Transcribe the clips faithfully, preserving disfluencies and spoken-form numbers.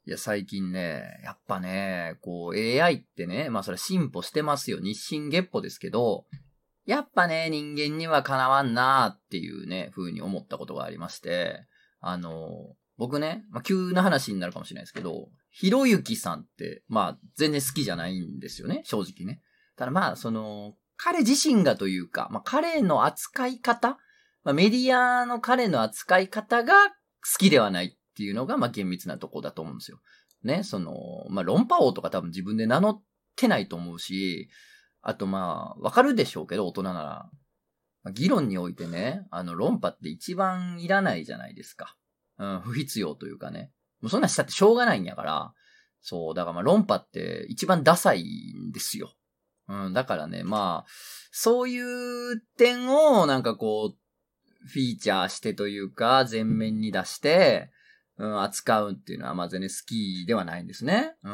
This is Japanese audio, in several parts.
いや、最近ね、やっぱね、こう エーアイ ってね、まあそれ進歩してますよ。日進月歩ですけど、やっぱね、人間にはかなわんなーっていうね、風に思ったことがありまして、あの、僕ね、まあ急な話になるかもしれないですけど、ひろゆきさんって、まあ全然好きじゃないんですよね、正直ね。ただまあ、その、彼自身がというか、まあ彼の扱い方、まあメディアの彼の扱い方が好きではないっていうのが、まあ厳密なとこだと思うんですよ。ね、その、まあ論破王とか多分自分で名乗ってないと思うし、あとまあ、わかるでしょうけど、大人なら。まあ、議論においてね、あの論破って一番いらないじゃないですか。うん、不必要というかね。もうそんなしたってしょうがないんやから、そう、だからまあ論破って一番ダサいんですよ。うん、だからね、まあ、そういう点をなんかこう、フィーチャーしてというか、前面に出して、うん、扱うっていうのはまあ全然好きではないんですね。うん。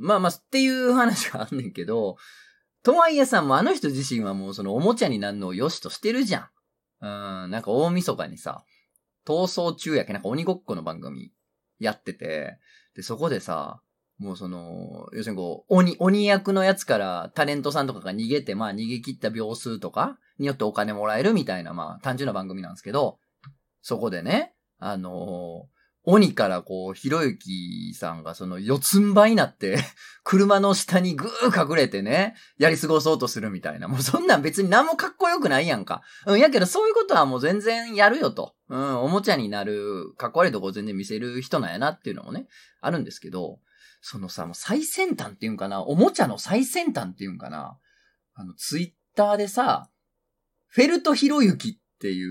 まあまあ、っていう話があんねんけど、とはいえさんもあの人自身はもうそのおもちゃになるのを良しとしてるじゃん。うん、なんか大晦日にさ、逃走中やけなんか鬼ごっこの番組やってて、で、そこでさ、もうその、要するにこう、鬼、鬼役のやつからタレントさんとかが逃げて、まあ逃げ切った秒数とかによってお金もらえるみたいな、まあ単純な番組なんですけど、そこでね、あのー、鬼からこう、ひろゆきさんがその四つん這いになって、車の下にぐー隠れてね、やり過ごそうとするみたいな。もうそんなん別に何もかっこよくないやんか。うん、やけどそういうことはもう全然やるよと。うん、おもちゃになる、かっこ悪いとこ全然見せる人なんやなっていうのもね、あるんですけど、そのさ、もう最先端っていうんかな、おもちゃの最先端っていうんかな、あの、ツイッターでさ、フェルトひろゆきっていう、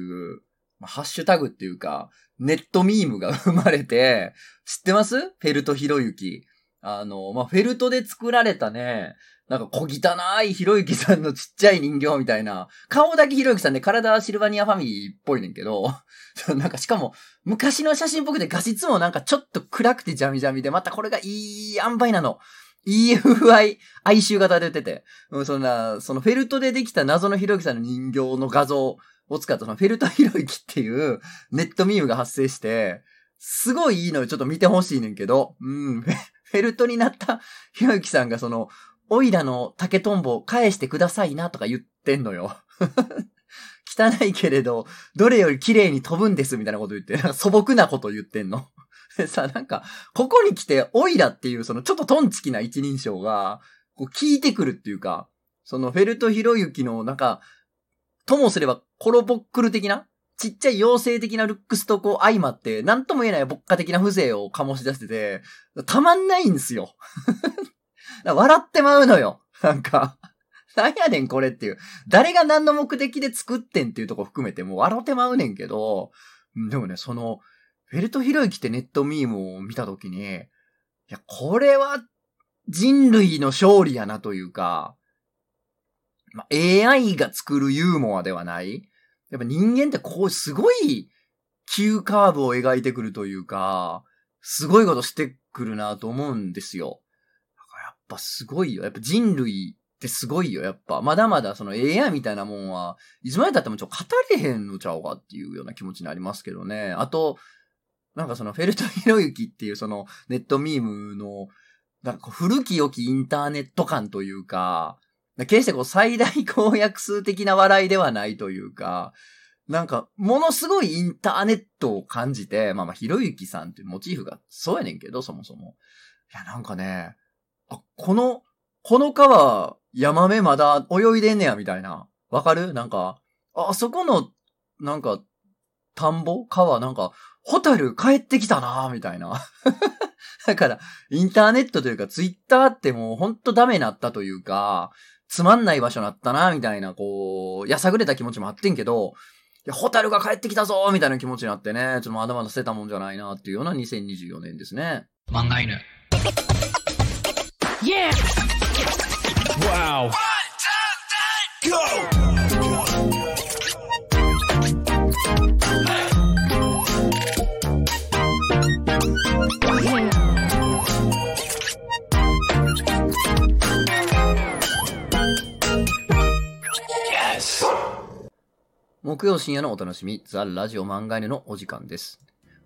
まあ、ハッシュタグっていうか、ネットミームが生まれて、知ってます？フェルトひろゆき。あの、まあ、フェルトで作られたね、なんか小汚いひろゆきさんのちっちゃい人形みたいな、顔だけひろゆきさんで体はシルバニアファミリーっぽいねんけど、なんかしかも昔の写真っぽくて画質もなんかちょっと暗くてジャミジャミで、またこれがいい塩梅なの。イーエフアイ 哀愁型で出てて、うん、そんな、そのフェルトでできた謎のひろゆきさんの人形の画像を使ったそのフェルトひろゆきっていうネットミームが発生して、すごいいいのよ。ちょっと見てほしいねんけど、うん、フェルトになったひろゆきさんがその、オイラの竹とんぼ返してくださいなとか言ってんのよ。汚いけれど、どれより綺麗に飛ぶんですみたいなこと言って、なんか素朴なこと言ってんの。でさ、なんか、ここに来て、オイラっていうそのちょっとトンチキな一人称が、こう聞いてくるっていうか、そのフェルトひろゆきのなんか、ともすればコロボックル的なちっちゃい妖精的なルックスとこう相まって、なんとも言えない牧歌的な風情を醸し出してて、たまんないんですよ。笑ってまうのよ。なんか、なんやねんこれっていう。誰が何の目的で作ってんっていうとこ含めてもう笑ってまうねんけど、でもね、その、フェルトひろゆきってネットミームを見たときに、いや、これは人類の勝利やなというか、まあ、エーアイ が作るユーモアではない。やっぱ人間ってこうすごい急カーブを描いてくるというか、すごいことしてくるなと思うんですよ。だからやっぱすごいよ。やっぱ人類ってすごいよ。やっぱまだまだその エーアイ みたいなもんはいつまで経ってもちょっと語れへんのちゃうかっていうような気持ちになりますけどね。あと、なんかそのフェルトひろゆきっていうそのネットミームのなんか古き良きインターネット感というか、決してこう最大公約数的な笑いではないというか、なんかものすごいインターネットを感じて、まあまあひろゆきさんっていうモチーフがそうやねんけど、そもそも。いやなんかね、あ、この、この川、ヤマメまだ泳いでんねやみたいな。わかる？なんか、あ、あそこの、なんか、田んぼ川なんか、ホタル帰ってきたなみたいな。だから、インターネットというか、ツイッターってもうほんとダメなったというか、つまんない場所なったなみたいな、こう、やさぐれた気持ちもあってんけど、いや、ホタルが帰ってきたぞみたいな気持ちになってね、ちょっとまだまだ捨てたもんじゃないなっていうようなにせんにじゅうよねんですね。 漫画犬。 Yeah! Wow! One, two, three, go! 木曜深夜のお楽しみ、ザ・ラジオ漫画犬のお時間です。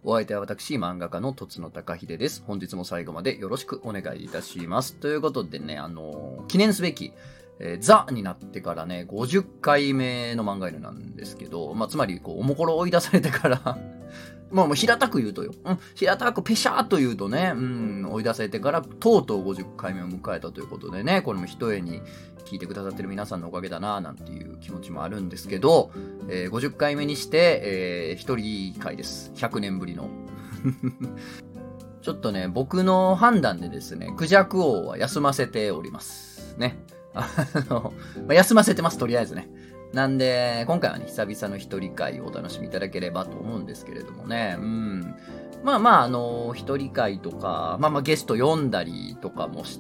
お相手は私、漫画家のとつのたかひでです。本日も最後までよろしくお願いいたします。ということでね、あのー、記念すべき、えー、ザになってからね、ごじゅっかいめの漫画犬なんですけど、まあ、つまり、こう、おもころ追い出されてから、まあ、もう平たく言うとよ。うん、平たくペシャーっと言うとね、うん、追い出されてから、とうとうごじゅっかいめを迎えたということでね、これも一重に聞いてくださってる皆さんのおかげだな、なんていう気持ちもあるんですけど、えー、ごじゅっかいめにして、えー、一人会です。ひゃくねんぶりの。ちょっとね、僕の判断でですね、クジャク王は休ませております。ね。あの、まあ、休ませてます、とりあえずね。なんで、今回はね、久々の一人会をお楽しみいただければと思うんですけれどもね。うん。まあまあ、あの、一人会とか、まあまあゲスト呼んだりとかもして、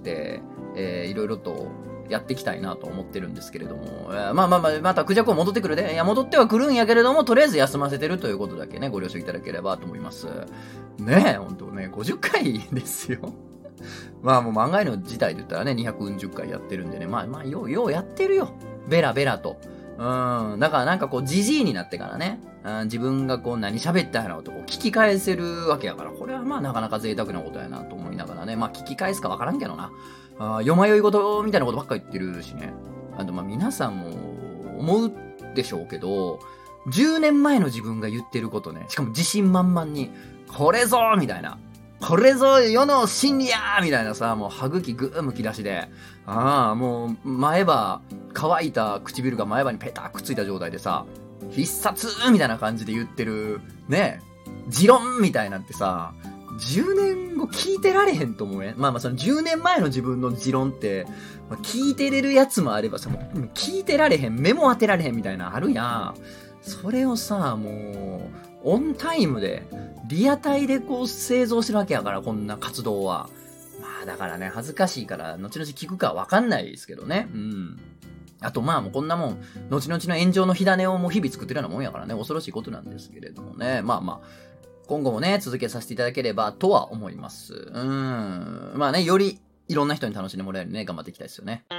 えー、いろいろとやっていきたいなと思ってるんですけれども、えー、まあまあまあ、またクジャク王戻ってくるで、いや、戻ってはくるんやけれども、とりあえず休ませてるということだけね、ご了承いただければと思います。ねえ、ほんとね、ごじゅっかいですよ。まあもう漫画の自体で言ったらね、にひゃくうんじゅっかいやってるんでね、まあまあ、よう、ようやってるよ。ベラベラと。うん。だからなんかこう、じじいになってからね、うん、自分がこう何喋ったんやろうとこう聞き返せるわけやから、これはまあなかなか贅沢なことやなと思いながらね、まあ聞き返すかわからんけどな。あ、よまよい事みたいなことばっか言ってるしね。あとまあ皆さんも思うでしょうけど、じゅうねんまえの自分が言ってることね、しかも自信満々に、これぞーみたいな。これぞ世の真理やーみたいなさ、もう歯茎ぐーむき出しで、ああ、もう前歯、乾いた唇が前歯にペターくっついた状態でさ、必殺みたいな感じで言ってる、ね、持論みたいなんてさ、じゅうねんご聞いてられへんと思うね。まあまあそのじゅうねんまえの自分の持論って、まあ、聞いてれるやつもあればさ、もう聞いてられへん、目も当てられへんみたいなあるやん。それをさ、もう、オンタイムで、リアタイでこう製造してるわけやから、こんな活動は。まあだからね、恥ずかしいから、後々聞くかわかんないですけどね。うん。あとまあもうこんなもん、後々の炎上の火種をもう日々作ってるようなもんやからね、恐ろしいことなんですけれどもね。まあまあ、今後もね、続けさせていただければとは思います。うん。まあね、よりいろんな人に楽しんでもらえるようにね、頑張っていきたいですよね。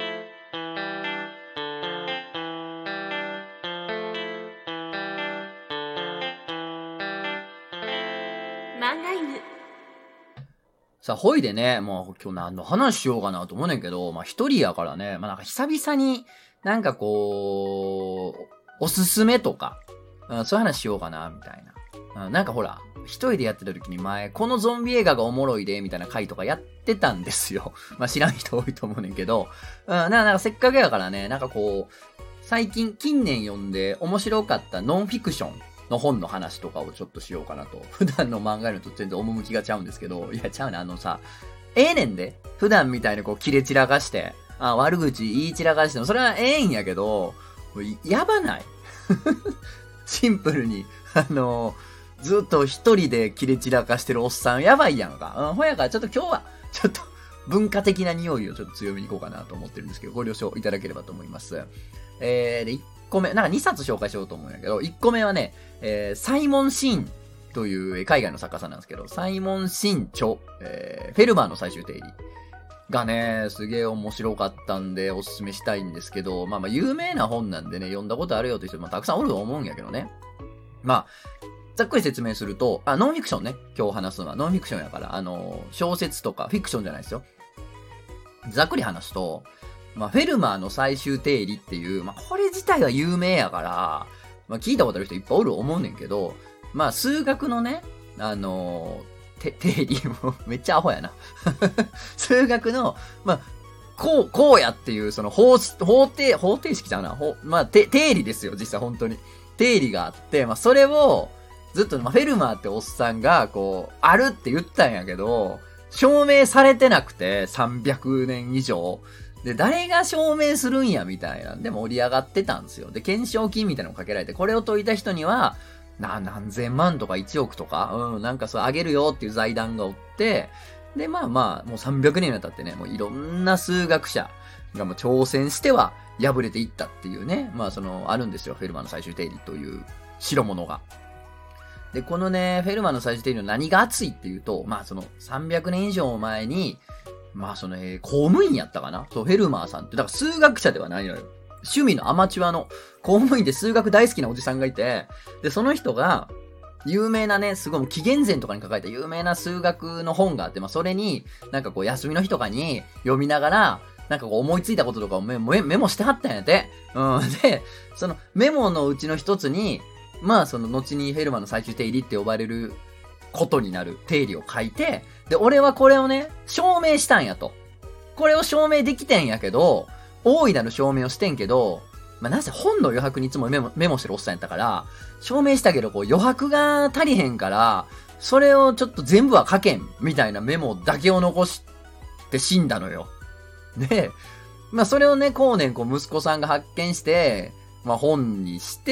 漫画犬。さあ、ほいでね、もう今日何の話しようかなと思うねんけど、まあ一人やからね、まあなんか久々になんかこう、おすすめとか、うん、そういう話しようかな、みたいな。うん、なんかほら、一人でやってた時に前、このゾンビ映画がおもろいで、みたいな回とかやってたんですよ。まあ知らん人多いと思うねんけど、うん、なんかなんかせっかくやからね、なんかこう、最近、近年読んで面白かったノンフィクションの本の話とかをちょっとしようかなと。普段の漫画のと全然趣がちゃうんですけど、いや、ちゃうね、あのさ、ええねんで。普段みたいにこう、切れ散らかして、あ、悪口言い散らかしても、それはええんやけど、やばないシンプルに、あの、ずっと一人で切れ散らかしてるおっさん、やばいやんか。うん、ほやからちょっと今日は、ちょっと、文化的な匂いをちょっと強めにいこうかなと思ってるんですけど、ご了承いただければと思います。えー、で、いっこめ、なんかにさつ紹介しようと思うんやけど、いっこめはね、えー、サイモン・シンという海外の作家さんなんですけど、サイモン・シン著、えー、フェルマーの最終定理がね、すげえ面白かったんでおすすめしたいんですけど、まあまあ有名な本なんでね、読んだことあるよという人もたくさんおると思うんやけどね。まあ、ざっくり説明すると、あ、ノンフィクションね、今日話すのはノンフィクションやから、あの、小説とかフィクションじゃないですよ。ざっくり話すと、まあ、フェルマーの最終定理っていう、まあ、これ自体は有名やから、まあ、聞いたことある人いっぱいおる思うねんけど、まあ、数学のね、あのー、定理も、めっちゃアホやな。数学の、まあ、こう、こうやっていう、その方、方程、方程式ちゃうな。ほまあ、定理ですよ、実際本当に。定理があって、まあ、それを、ずっと、まあ、フェルマーっておっさんが、こう、あるって言ったんやけど、証明されてなくて、さんびゃくねん以上。で、誰が証明するんやみたいなんで盛り上がってたんですよ。で、懸賞金みたいなのをかけられて、これを解いた人には、な、何千万とかいちおくとか、うん、なんかそう、あげるよっていう財団がおって、で、まあまあ、もうさんびゃくねんにわたってね、もういろんな数学者がもう挑戦しては敗れていったっていうね、まあその、あるんですよ。フェルマーの最終定理という代物が。で、このね、フェルマーの最終定理の何が熱いっていうと、まあそのさんびゃくねん以上前に、まあその、えー、公務員やったかなそう、フェルマーさんって、だから数学者ではないのよ。趣味のアマチュアの公務員で数学大好きなおじさんがいて、で、その人が、 有名なね、すごい紀元前とかに書かれた有名な数学の本があって、まあそれに、なんかこう休みの日とかに読みながら、なんかこう思いついたこととかをメメメモしてはったんやて。うん。で、そのメモのうちの一つに、まあその後にフェルマーの最終定理って呼ばれることになる定理を書いて、で、俺はこれをね、証明したんやと。これを証明できてんやけど、大いなる証明をしてんけど、まあ、なぜ本の余白にいつもメモ、メモしてるおっさんやったから、証明したけど、こう余白が足りへんから、それをちょっと全部は書けん、みたいなメモだけを残して死んだのよ。で、まあ、それをね、後年、こう、息子さんが発見して、まあ、本にして、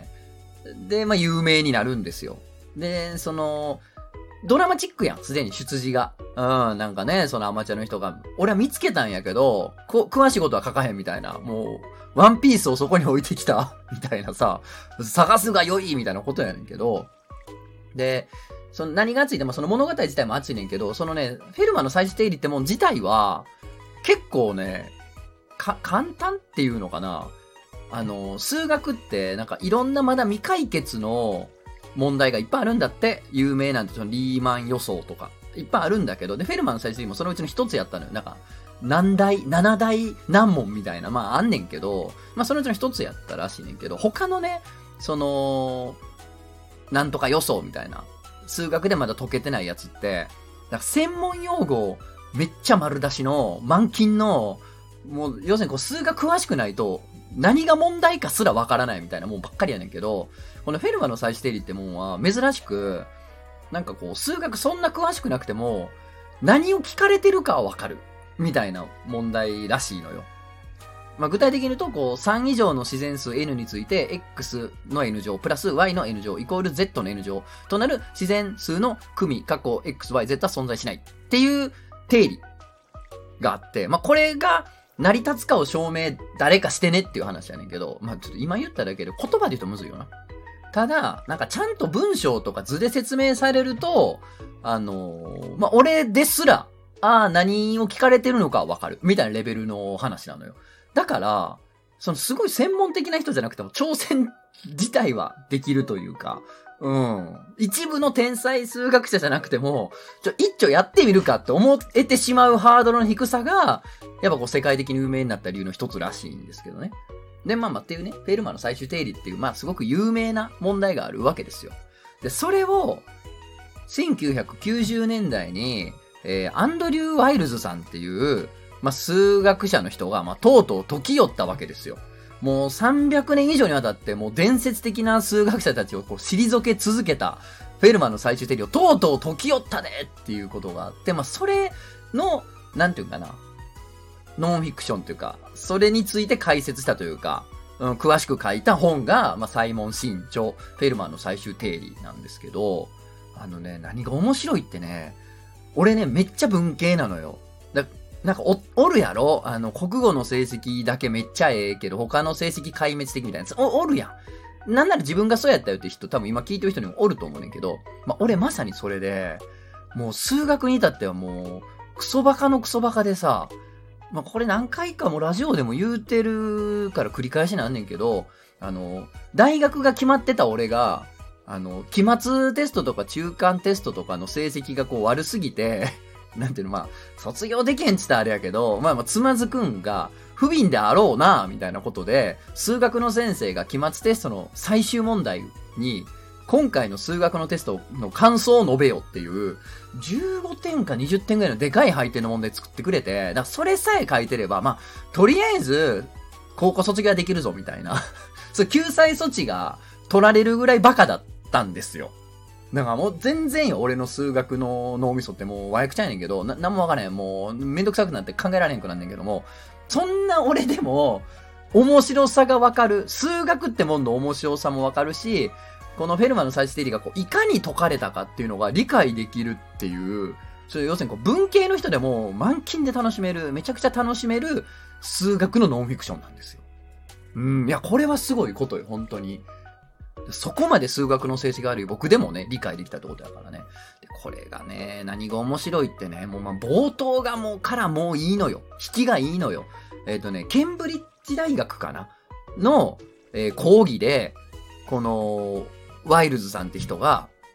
で、まあ、有名になるんですよ。で、その、ドラマチックやん、すでに出自が。うん、なんかね、そのアマチュアの人が、俺は見つけたんやけど、こ、詳しいことは書かへんみたいな、もう、ワンピースをそこに置いてきたみたいなさ、探すが良いみたいなことやねんけど、で、その何が熱いって、まあ、その物語自体も熱いねんけど、そのね、フェルマーの最終定理ってもん自体は、結構ね、か、簡単っていうのかな。あの、数学って、なんかいろんなまだ未解決の問題がいっぱいあるんだって、有名なんて、そのリーマン予想とか、いっぱいあるんだけど、で、フェルマーの最終定理もそのうちの一つやったのよ。なんか、何大、七大難問みたいな、まああんねんけど、まあそのうちの一つやったらしいねんけど、他のね、その、なんとか予想みたいな、数学でまだ解けてないやつって、なんか専門用語めっちゃ丸出しの、満金の、もう、要するにこう数学詳しくないと、何が問題かすらわからないみたいなもんばっかりやねんけど、このフェルマーの最終定理ってもんは珍しく、なんかこう数学そんな詳しくなくても、何を聞かれてるかはわかる。みたいな問題らしいのよ。まあ、具体的に言うと、こう、さん以上の自然数 n について、x の n 乗、プラス y の n 乗、イコール z の n 乗となる自然数の組、過去 x、y、z は存在しないっていう定理があって、まあ、これが成り立つかを証明誰かしてねっていう話やねんけど、まあ、ちょっと今言っただけで言葉で言うとむずいよな。ただ、なんかちゃんと文章とか図で説明されると、あのー、まあ、俺ですら、ああ、何を聞かれてるのかわかる。みたいなレベルの話なのよ。だから、そのすごい専門的な人じゃなくても挑戦自体はできるというか、うん。一部の天才数学者じゃなくても、ちょ、一丁やってみるかって思えてしまうハードルの低さが、やっぱこう世界的に有名になった理由の一つらしいんですけどね。で、まあまあっていうね、フェルマーの最終定理っていう、まあすごく有名な問題があるわけですよ。で、それを、せんきゅうひゃくきゅうじゅうねんだいに、えー、アンドリュー・ワイルズさんっていう、まあ、数学者の人が、まあ、とうとう解き寄ったわけですよ。もうさんびゃくねん以上にわたって、もう伝説的な数学者たちをこう退け続けた、フェルマーの最終定理をとうとう解き寄ったでっていうことがあって、まあ、それの、なんていうかな、ノンフィクションというか、それについて解説したというか、うん、詳しく書いた本が、まあ、サイモン・シン著、フェルマーの最終定理なんですけど、あのね、何が面白いってね、俺ね、めっちゃ文系なのよ。だなんかお、おるやろあの、国語の成績だけめっちゃええけど、他の成績壊滅的みたいなやつ。お、おるやん。なんなら自分がそうやったよって人、多分今聞いてる人にもおると思うねんけど、まあ、俺まさにそれで、もう数学に至ってはもう、クソバカのクソバカでさ、まあ、これ何回かもラジオでも言うてるから繰り返しなんねんけど、あの、大学が決まってた俺が、あの、期末テストとか中間テストとかの成績がこう悪すぎて、なんていうの、まあ、卒業できへんって言ったらあれやけど、まあまあ、つまずくんが不憫であろうな、みたいなことで、数学の先生が期末テストの最終問題に、今回の数学のテストの感想を述べよっていう、じゅうごてんかにじゅってんぐらいのでかい配点の問題作ってくれて、だからそれさえ書いてれば、まあ、とりあえず、高校卒業できるぞ、みたいな。そう、救済措置が取られるぐらいバカだったんですよ。だからもう全然よ、俺の数学の脳みそってもう和訳ちゃうねんけど、な、なんもわからへん。もうめんどくさくなって考えられへんくなんねんけども、そんな俺でも面白さがわかる。数学ってもんの面白さもわかるし、このフェルマーの最終定理がこういかに解かれたかっていうのが理解できるっていう、それ要するにこう文系の人でも満勤で楽しめる、めちゃくちゃ楽しめる数学のノンフィクションなんですよ。うん、いや、これはすごいことよ、本当に。そこまで数学の成績が悪い僕でもね、理解できたってことだからね。で、これがね、何が面白いってね、もうまあ冒頭がもうからもういいのよ。引きがいいのよ。えっとね、ケンブリッジ大学かなの、えー、講義で、この、ワイルズさんって人が、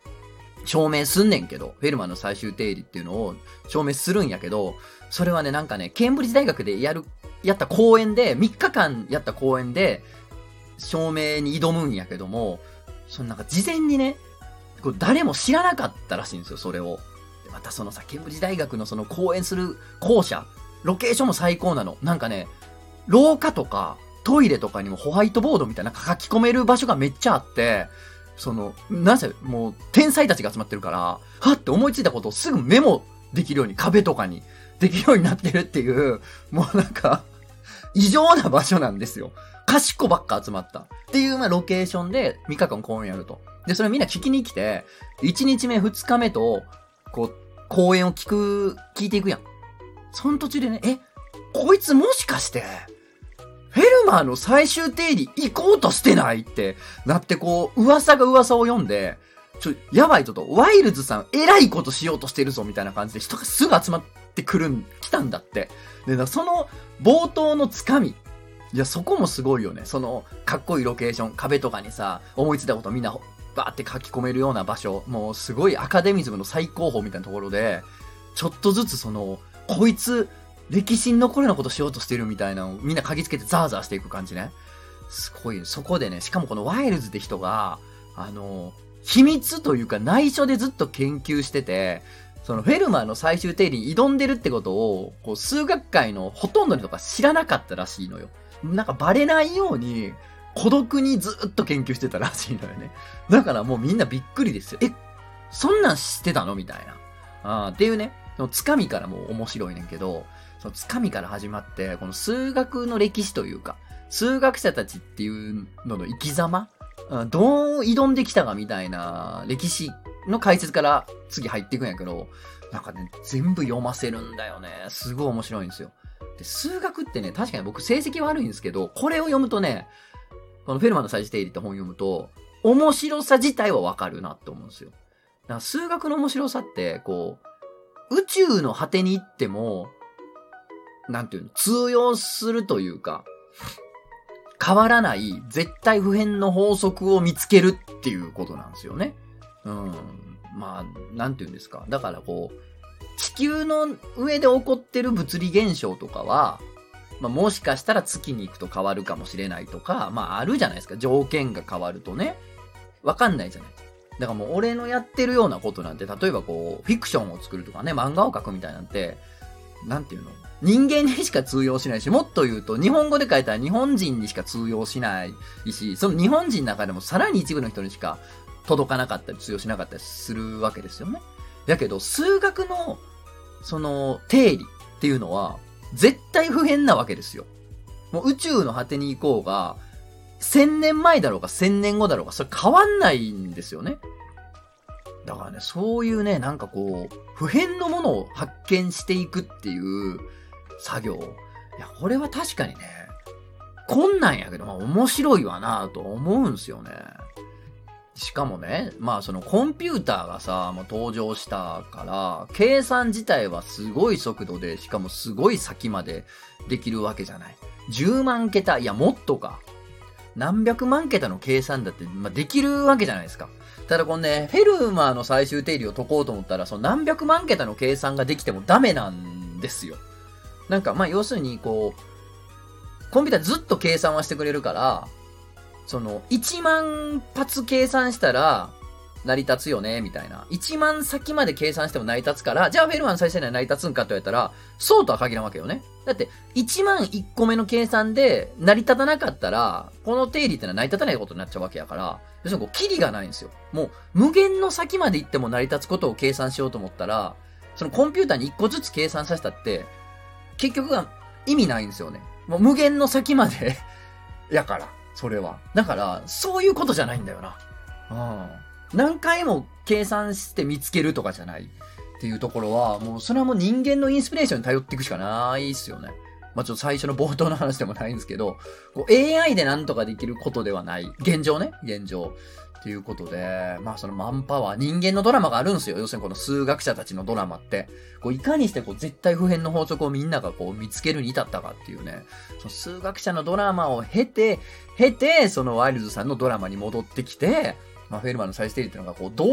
証明すんねんけど、フェルマーの最終定理っていうのを証明するんやけど、それはね、なんかね、ケンブリッジ大学でやる、やった講演で、みっかかんやった講演で、証明に挑むんやけども、そのなんか事前にね、こう誰も知らなかったらしいんですよ、それを。でまたそのさ、ケンブリッジ大学のその講演する校舎、ロケーションも最高なの。なんかね、廊下とかトイレとかにもホワイトボードみたいな書き込める場所がめっちゃあって、その、なぜ、もう、天才たちが集まってるから、はって思いついたことをすぐメモできるように、壁とかにできるようになってるっていう、もうなんか、異常な場所なんですよ。賢ばっか集まった。っていう、まあ、ロケーションでみっかかん公演やると。で、それみんな聞きに来て、いちにちめ、ふつかめと、こう、公演を聞く、聞いていくやん。その途中でね、え、こいつもしかして、フェルマーの最終定理行こうとしてないってなってこう、噂が噂を読んで、ちょ、やばいぞと、ワイルズさん偉いことしようとしてるぞみたいな感じで人がすぐ集まってくるん、来たんだって。で、だその冒頭のつかみ。いや、そこもすごいよね。その、かっこいいロケーション、壁とかにさ、思いついたことみんなバーって書き込めるような場所、もうすごいアカデミズムの最高峰みたいなところで、ちょっとずつその、こいつ、歴史に残るようなことしようとしてるみたいなのをみんな嗅ぎつけてザーザーしていく感じね。すごい。そこでね、しかもこのワイルズって人が、あの、秘密というか内緒でずっと研究してて、そのフェルマーの最終定理に挑んでるってことを、こう数学界のほとんどの人が知らなかったらしいのよ。なんかバレないように、孤独にずっと研究してたらしいのよね。だからもうみんなびっくりですよ。え、そんなん知ってたのみたいな。あっていうね、そのつかみからも面白いねんけど、そのつかみから始まって、この数学の歴史というか、数学者たちっていうのの生き様、どう挑んできたかみたいな歴史の解説から次入っていくんやけど、なんかね、全部読ませるんだよね。すごい面白いんですよ。で、数学ってね、確かに僕成績悪いんですけど、これを読むとね、このフェルマーの最終定理って本読むと、面白さ自体はわかるなって思うんですよ。だから数学の面白さって、こう、宇宙の果てに行っても、なんていうの、通用するというか、変わらない絶対不変の法則を見つけるっていうことなんですよね。うん。まあ、なんていうんですか。だからこう、地球の上で起こってる物理現象とかは、まあもしかしたら月に行くと変わるかもしれないとか、まああるじゃないですか。条件が変わるとね。わかんないじゃない。だからもう俺のやってるようなことなんて、例えばこう、フィクションを作るとかね、漫画を描くみたいなんて、なんていうの？人間にしか通用しないし、もっと言うと日本語で書いたら日本人にしか通用しないし、その日本人の中でもさらに一部の人にしか届かなかったり通用しなかったりするわけですよね。だけど数学のその定理っていうのは絶対不変なわけですよ。もう宇宙の果てに行こうが、千年前だろうが千年後だろうが、それ変わんないんですよね。だからね、そういうね、なんかこう、不変のものを発見していくっていう作業。いや、これは確かにね、困難やけど、まあ面白いわなと思うんすよね。しかもね、まあそのコンピューターがさ、もう登場したから、計算自体はすごい速度で、しかもすごい先までできるわけじゃない。じゅうまんけた、いやもっとか。何百万桁の計算だって、まあ、できるわけじゃないですか。ただこのね、フェルマーの最終定理を解こうと思ったら、その何百万桁の計算ができてもダメなんですよ。なんか、まあ、要するに、こう、コンピューターずっと計算はしてくれるから、その、いちまん発計算したら、成り立つよね、みたいな。いちまん先まで計算しても成り立つから、じゃあフェルマーの最終定理は成り立つんかって言われたら、そうとは限らんわけよね。だって、いちまんいっこめの計算で成り立たなかったら、この定理ってのは成り立たないことになっちゃうわけやから、要するにこう、キリがないんですよ。もう、無限の先まで行っても成り立つことを計算しようと思ったら、そのコンピューターにいっこずつ計算させたって、結局は意味ないんですよね。もう無限の先までやから、それは。だから、そういうことじゃないんだよな。うん。何回も計算して見つけるとかじゃないっていうところは、もうそれはもう人間のインスピレーションに頼っていくしかないっすよね。まあちょっと最初の冒頭の話でもないんですけど、こう エーアイ でなんとかできることではない。現状ね、現状。っていうことで、まあそのマンパワー、人間のドラマがあるんですよ。要するにこの数学者たちのドラマって。こういかにしてこう絶対不変の法則をみんながこう見つけるに至ったかっていうね。その数学者のドラマを経て、経て、そのワイルズさんのドラマに戻ってきて、まあ、フェルマーの最終定理っていうのがこうどう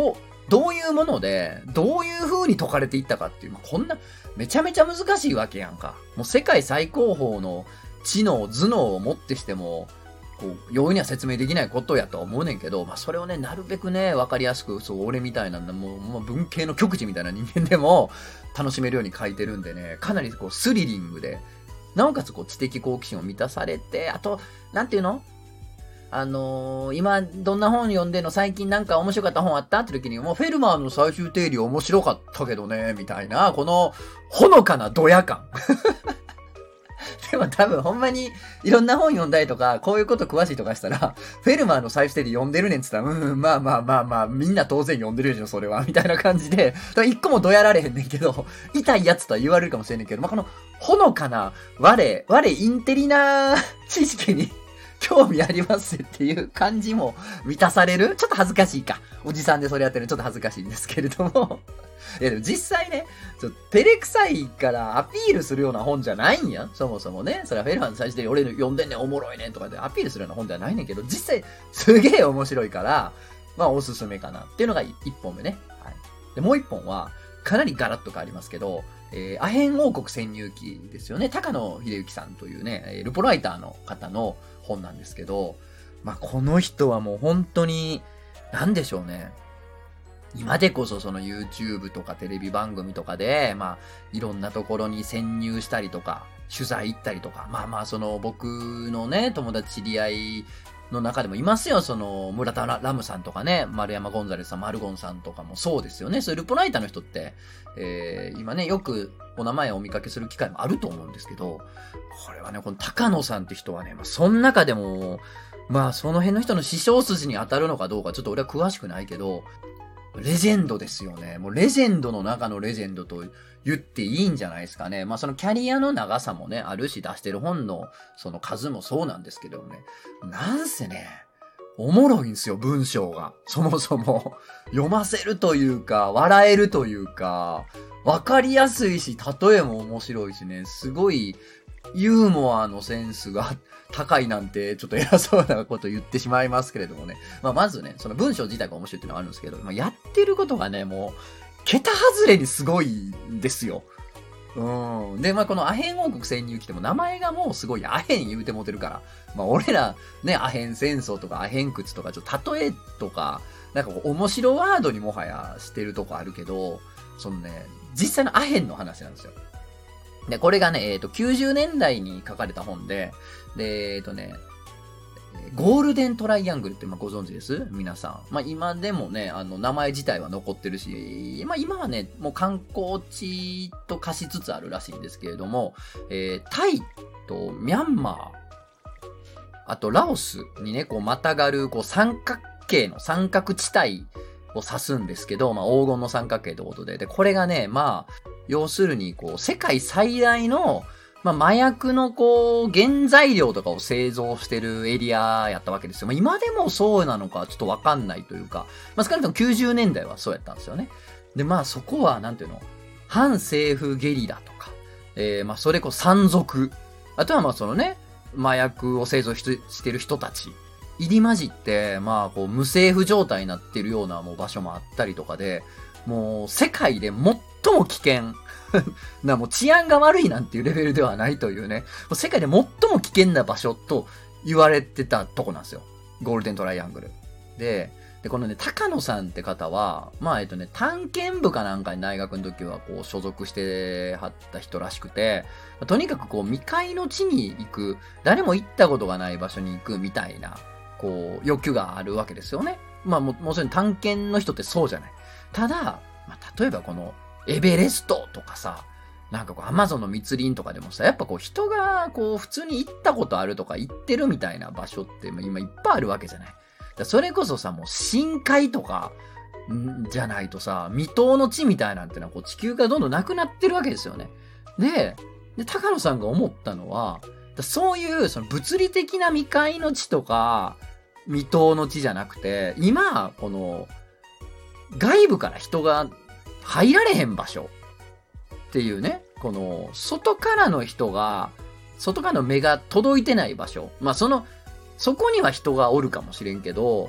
どういうもので、どういう風に解かれていったかっていう、まあ、こんな、めちゃめちゃ難しいわけやんか。もう世界最高峰の知能、頭脳をもってしても、こう、容易には説明できないことやとは思うねんけど、まあ、それをね、なるべくね、わかりやすく、そう、俺みたいな、もう、もう文系の極地みたいな人間でも、楽しめるように書いてるんでね、かなりこう、スリリングで、なおかつこう、知的好奇心を満たされて、あと、なんていうのあのー、今、どんな本読んでんの最近なんか面白かった本あったって時に、もうフェルマーの最終定理面白かったけどね、みたいな、この、ほのかなドヤ感。でも多分ほんまにいろんな本読んだりとか、こういうこと詳しいとかしたら、フェルマーの最終定理読んでるねんって言ったら、うん、まあまあまあまあ、みんな当然読んでるでしょ、それは。みたいな感じで、一個もどやられへんねんけど、痛いやつとは言われるかもしれんねんけど、まあこの、ほのかな、我、我インテリな知識に、興味ありますっていう感じも満たされる。ちょっと恥ずかしいか。おじさんでそれやってるのちょっと恥ずかしいんですけれども。いやでも実際ね、ちょっと照れくさいからアピールするような本じゃないんや。そもそもね。それはフェルマーの最終的に俺の読んでんねんおもろいねんとかでアピールするような本ではないねんけど、実際すげえ面白いから、まあおすすめかなっていうのが一本目ね。はい。で、もう一本はかなりガラッと変わりますけど、えー、アヘン王国潜入記ですよね。高野秀幸さんというね、ルポライターの方の本なんですけど、まあ、この人はもう本当に、なんでしょうね。今でこそその YouTube とかテレビ番組とかで、まあ、いろんなところに潜入したりとか、取材行ったりとか、まあまあ、その僕のね、友達知り合いの中でもいますよ。その、村田ラムさんとかね、丸山ゴンザレスさん、マルゴンさんとかもそうですよね。そういうルポライターの人って、えー、今ね、よくお名前をお見かけする機会もあると思うんですけど、これはね、この高野さんって人はね、まあ、その中でも、まあ、その辺の人の師匠筋に当たるのかどうか、ちょっと俺は詳しくないけど、レジェンドですよね。もうレジェンドの中のレジェンドと言っていいんじゃないですかね。まあそのキャリアの長さもね、あるし出してる本のその数もそうなんですけどね。なんせね、おもろいんですよ、文章が。そもそも。読ませるというか、笑えるというか、わかりやすいし、例えも面白いしね、すごいユーモアのセンスが高いなんて、ちょっと偉そうなこと言ってしまいますけれどもね。まあ、まずね、その文章自体が面白いっていうのはあるんですけど、まあ、やってることがね、もう、桁外れにすごいんですよ。うん。で、まあ、このアヘン王国潜入記っても名前がもうすごいアヘン言うてもてるから。まあ、俺ら、ね、アヘン戦争とかアヘン窟とか、ちょっと例えとか、なんかこう、面白ワードにもはやしてるとこあるけど、そのね、実際のアヘンの話なんですよ。で、これがね、えっと、きゅうじゅうねんだいに書かれた本で、で、えっとね、ゴールデントライアングルってまあご存知です皆さん。まあ今でもね、あの名前自体は残ってるし、まあ今はね、もう観光地と化しつつあるらしいんですけれども、えー、タイとミャンマー、あとラオスにね、こうまたがるこう三角形の三角地帯を指すんですけど、まあ黄金の三角形ってことで、で、これがね、まあ、要するにこう世界最大のまあ、麻薬のこう、原材料とかを製造してるエリアやったわけですよ。まあ、今でもそうなのかちょっとわかんないというか、まあ、少なくともきゅうじゅうねんだいはそうやったんですよね。で、まあ、そこは、なんていうの、反政府ゲリラとか、えー、まあ、それこそ山賊、あとはまあ、そのね、麻薬を製造ししてる人たち、入り混じって、まあ、こう、無政府状態になってるようなもう場所もあったりとかで、もう、世界で最も危険、なもう治安が悪いなんていうレベルではないというね、世界で最も危険な場所と言われてたとこなんですよ。ゴールデントライアングル。で、でこのね、高野さんって方は、まあえっとね、探検部かなんかに大学の時はこう所属してはった人らしくて、とにかくこう未開の地に行く、誰も行ったことがない場所に行くみたいな、こう欲求があるわけですよね。まあももちろん探検の人ってそうじゃない。ただ、まあ、例えばこの、エベレストとかさ、なんかこうアマゾンの密林とかでもさ、やっぱこう人がこう普通に行ったことあるとか行ってるみたいな場所って今いっぱいあるわけじゃない。だそれこそさ、もう深海とかんじゃないとさ、未踏の地みたいなんてのはこう地球がどんどんなくなってるわけですよね。で、で高野さんが思ったのは、そういうその物理的な未開の地とか未踏の地じゃなくて、今この外部から人が入られへん場所っていうね、この外からの人が、外からの目が届いてない場所。まあその、そこには人がおるかもしれんけど、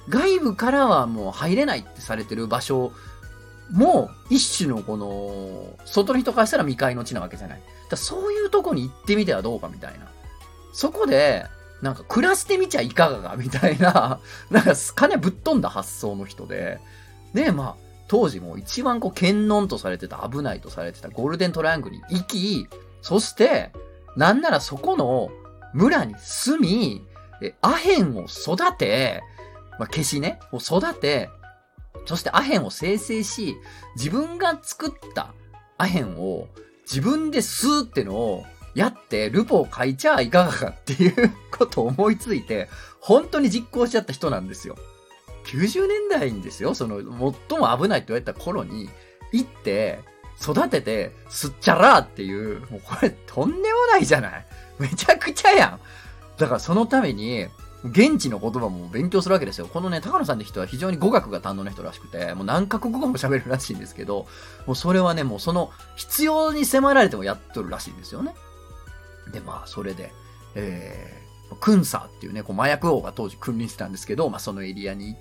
外部からはもう入れないってされてる場所も、一種のこの、外の人からしたら未開の地なわけじゃない。だそういうとこに行ってみてはどうかみたいな。そこで、なんか暮らしてみちゃいかがかみたいな、なんか金ぶっ飛んだ発想の人で、で、まあ、当時も一番こう、検問とされてた、危ないとされてたゴールデントライアングルに行き、そして、なんならそこの村に住み、アヘンを育て、まあ、消しね、を育て、そしてアヘンを生成し、自分が作ったアヘンを自分で吸うってのをやって、ルポを書いちゃいかがかっていうことを思いついて、本当に実行しちゃった人なんですよ。きゅうじゅうねんだいにですよ、その最も危ないって言われた頃に行って、育てて、吸っちゃらーっていう、もうこれとんでもないじゃない。めちゃくちゃやん。だからそのために、現地の言葉も勉強するわけですよ。このね、高野さんって人は非常に語学が堪能な人らしくて、もう何カ国語も喋るらしいんですけど、もうそれはね、もうその必要に迫られてもやっとるらしいんですよね。で、まあ、それで、えー、クンサーっていうね、こう麻薬王が当時君臨してたんですけど、まあ、そのエリアに行って、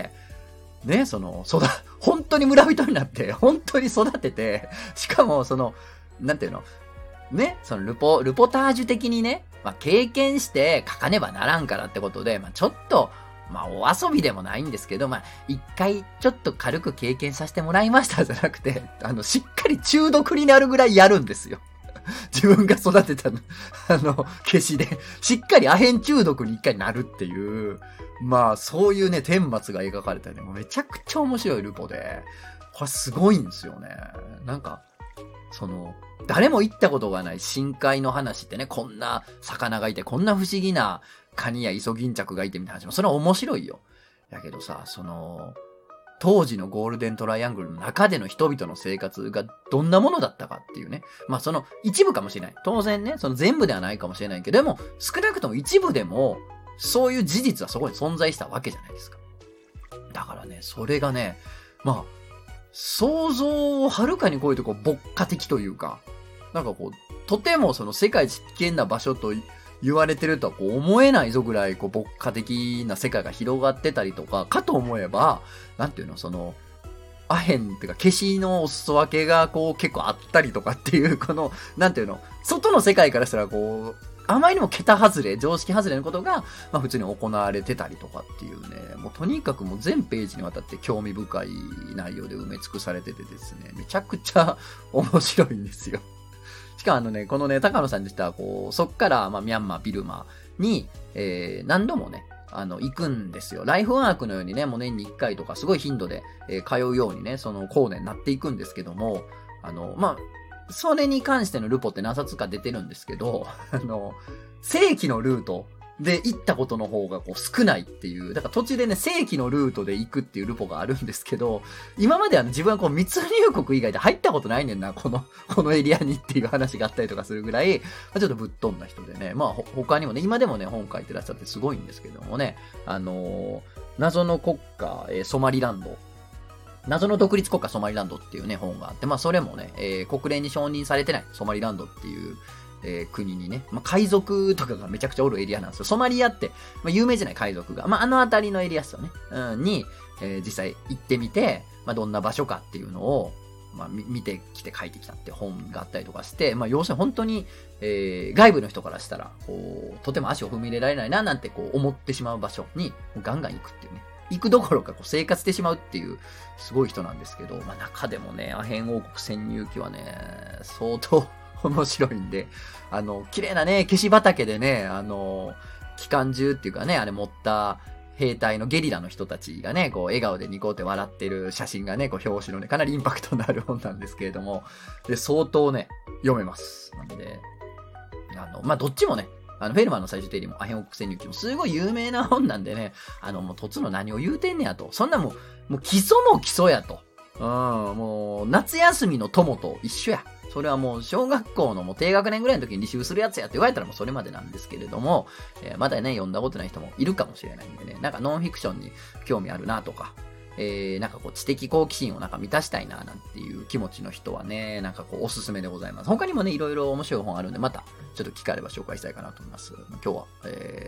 ね、その、育、本当に村人になって、本当に育てて、しかも、その、なんていうの、ね、そのルポ、ルポタージュ的にね、まあ、経験して書かねばならんからってことで、まあ、ちょっと、まあ、お遊びでもないんですけど、まあ、一回ちょっと軽く経験させてもらいましたじゃなくて、あの、しっかり中毒になるぐらいやるんですよ。自分が育てたの、あの、消しで、しっかりアヘン中毒に一回なるっていう、まあ、そういうね、顛末が描かれたね、めちゃくちゃ面白いルポで、これすごいんですよね。なんか、その、誰も行ったことがない深海の話ってね、こんな魚がいて、こんな不思議なカニやイソギンチャクがいてみたいな話も、それは面白いよ。だけどさ、その、当時のゴールデントライアングルの中での人々の生活がどんなものだったかっていうね。まあその一部かもしれない。当然ね、その全部ではないかもしれないけど、でも少なくとも一部でもそういう事実はそこに存在したわけじゃないですか。だからね、それがね、まあ、想像をはるかに超えてこう牧歌的というか、なんかこう、とてもその世界一危険な場所と言われてるとはこう思えないぞぐらいこう牧歌的な世界が広がってたりとか、かと思えば、なんていうの、その、アヘンっていうか消しのお裾分けがこう結構あったりとかっていう、この、なんていうの、外の世界からしたらこう、あまりにも桁外れ、常識外れのことが、まあ普通に行われてたりとかっていうね、もうとにかくもう全ページにわたって興味深い内容で埋め尽くされててですね、めちゃくちゃ面白いんですよ。しかもあのね、このね、高野さんでしたら、こう、そっから、まあ、ミャンマー、ビルマに、えー、何度もね、あの、行くんですよ。ライフワークのようにね、もう年にいっかいとか、すごい頻度で、えー、通うようにね、その、後年なっていくんですけども、あの、まあ、それに関してのルポって何冊か出てるんですけど、あの、正規のルートで行ったことの方がこう少ないっていう、だから途中でね、正規のルートで行くっていうルポがあるんですけど、今までは自分はこう密入国以外で入ったことないねんな、この、このエリアにっていう話があったりとかするぐらい、まあ、ちょっとぶっ飛んだ人でね、まあ他にもね、今でもね、本書いてらっしゃってすごいんですけどもね、あのー、謎の国家、えー、ソマリランド、謎の独立国家ソマリランドっていうね、本があって、まあそれもね、えー、国連に承認されてないソマリランドっていう、えー、国にね、まあ、海賊とかがめちゃくちゃおるエリアなんですよ。ソマリアって、まあ、有名じゃない海賊が、まあ、あの辺りのエリアですよね。うん、に、えー、実際行ってみて、まあ、どんな場所かっていうのを、まあ、見てきて書いてきたって本があったりとかして、まあ、要するに本当に、えー、外部の人からしたら、こう、とても足を踏み入れられないな、なんてこう思ってしまう場所に、ガンガン行くっていうね。行くどころかこう生活してしまうっていう、すごい人なんですけど、まあ、中でもね、アヘン王国潜入記はね、相当、面白いんで、あの、綺麗なね、消し畑でね、あの、機関銃っていうかね、あれ持った兵隊のゲリラの人たちがね、こう、笑顔でニコって笑ってる写真がね、こう、表紙のね、かなりインパクトのある本なんですけれども、で、相当ね、読めます。なので、あの、まあ、どっちもね、あの、フェルマーの最終定理もアヘン王国潜入記もすごい有名な本なんでね、あの、もう、とつの何を言うてんねやと。そんなもう、もう基礎も基礎やと。うん、もう、夏休みの友と一緒や。それはもう小学校のもう低学年ぐらいの時に履修するやつやって言われたらもうそれまでなんですけれども、えー、まだね、読んだことない人もいるかもしれないんでね、なんかノンフィクションに興味あるなとか、えー、なんかこう知的好奇心をなんか満たしたいななんていう気持ちの人はね、なんかこうおすすめでございます。他にもね、いろいろ面白い本あるんで、またちょっと機会あれば紹介したいかなと思います。今日は、えー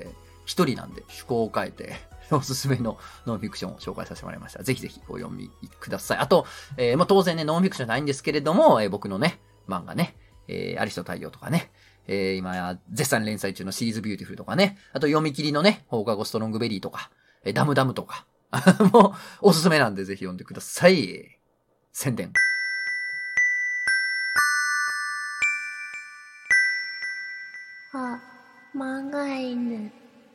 一人なんで趣向を変えて、おすすめのノンフィクションを紹介させてもらいました。ぜひぜひお読みください。あと、えー、まあ、当然ね、ノンフィクションないんですけれども、えー、僕のね、漫画ね、えー、アリスと太陽とかね、えー、今、絶賛連載中のシリーズビューティフルとかね、あと読み切りのね、放課後ストロングベリーとか、えー、ダムダムとか、もう、おすすめなんでぜひ読んでください。宣伝。 あ、漫画犬。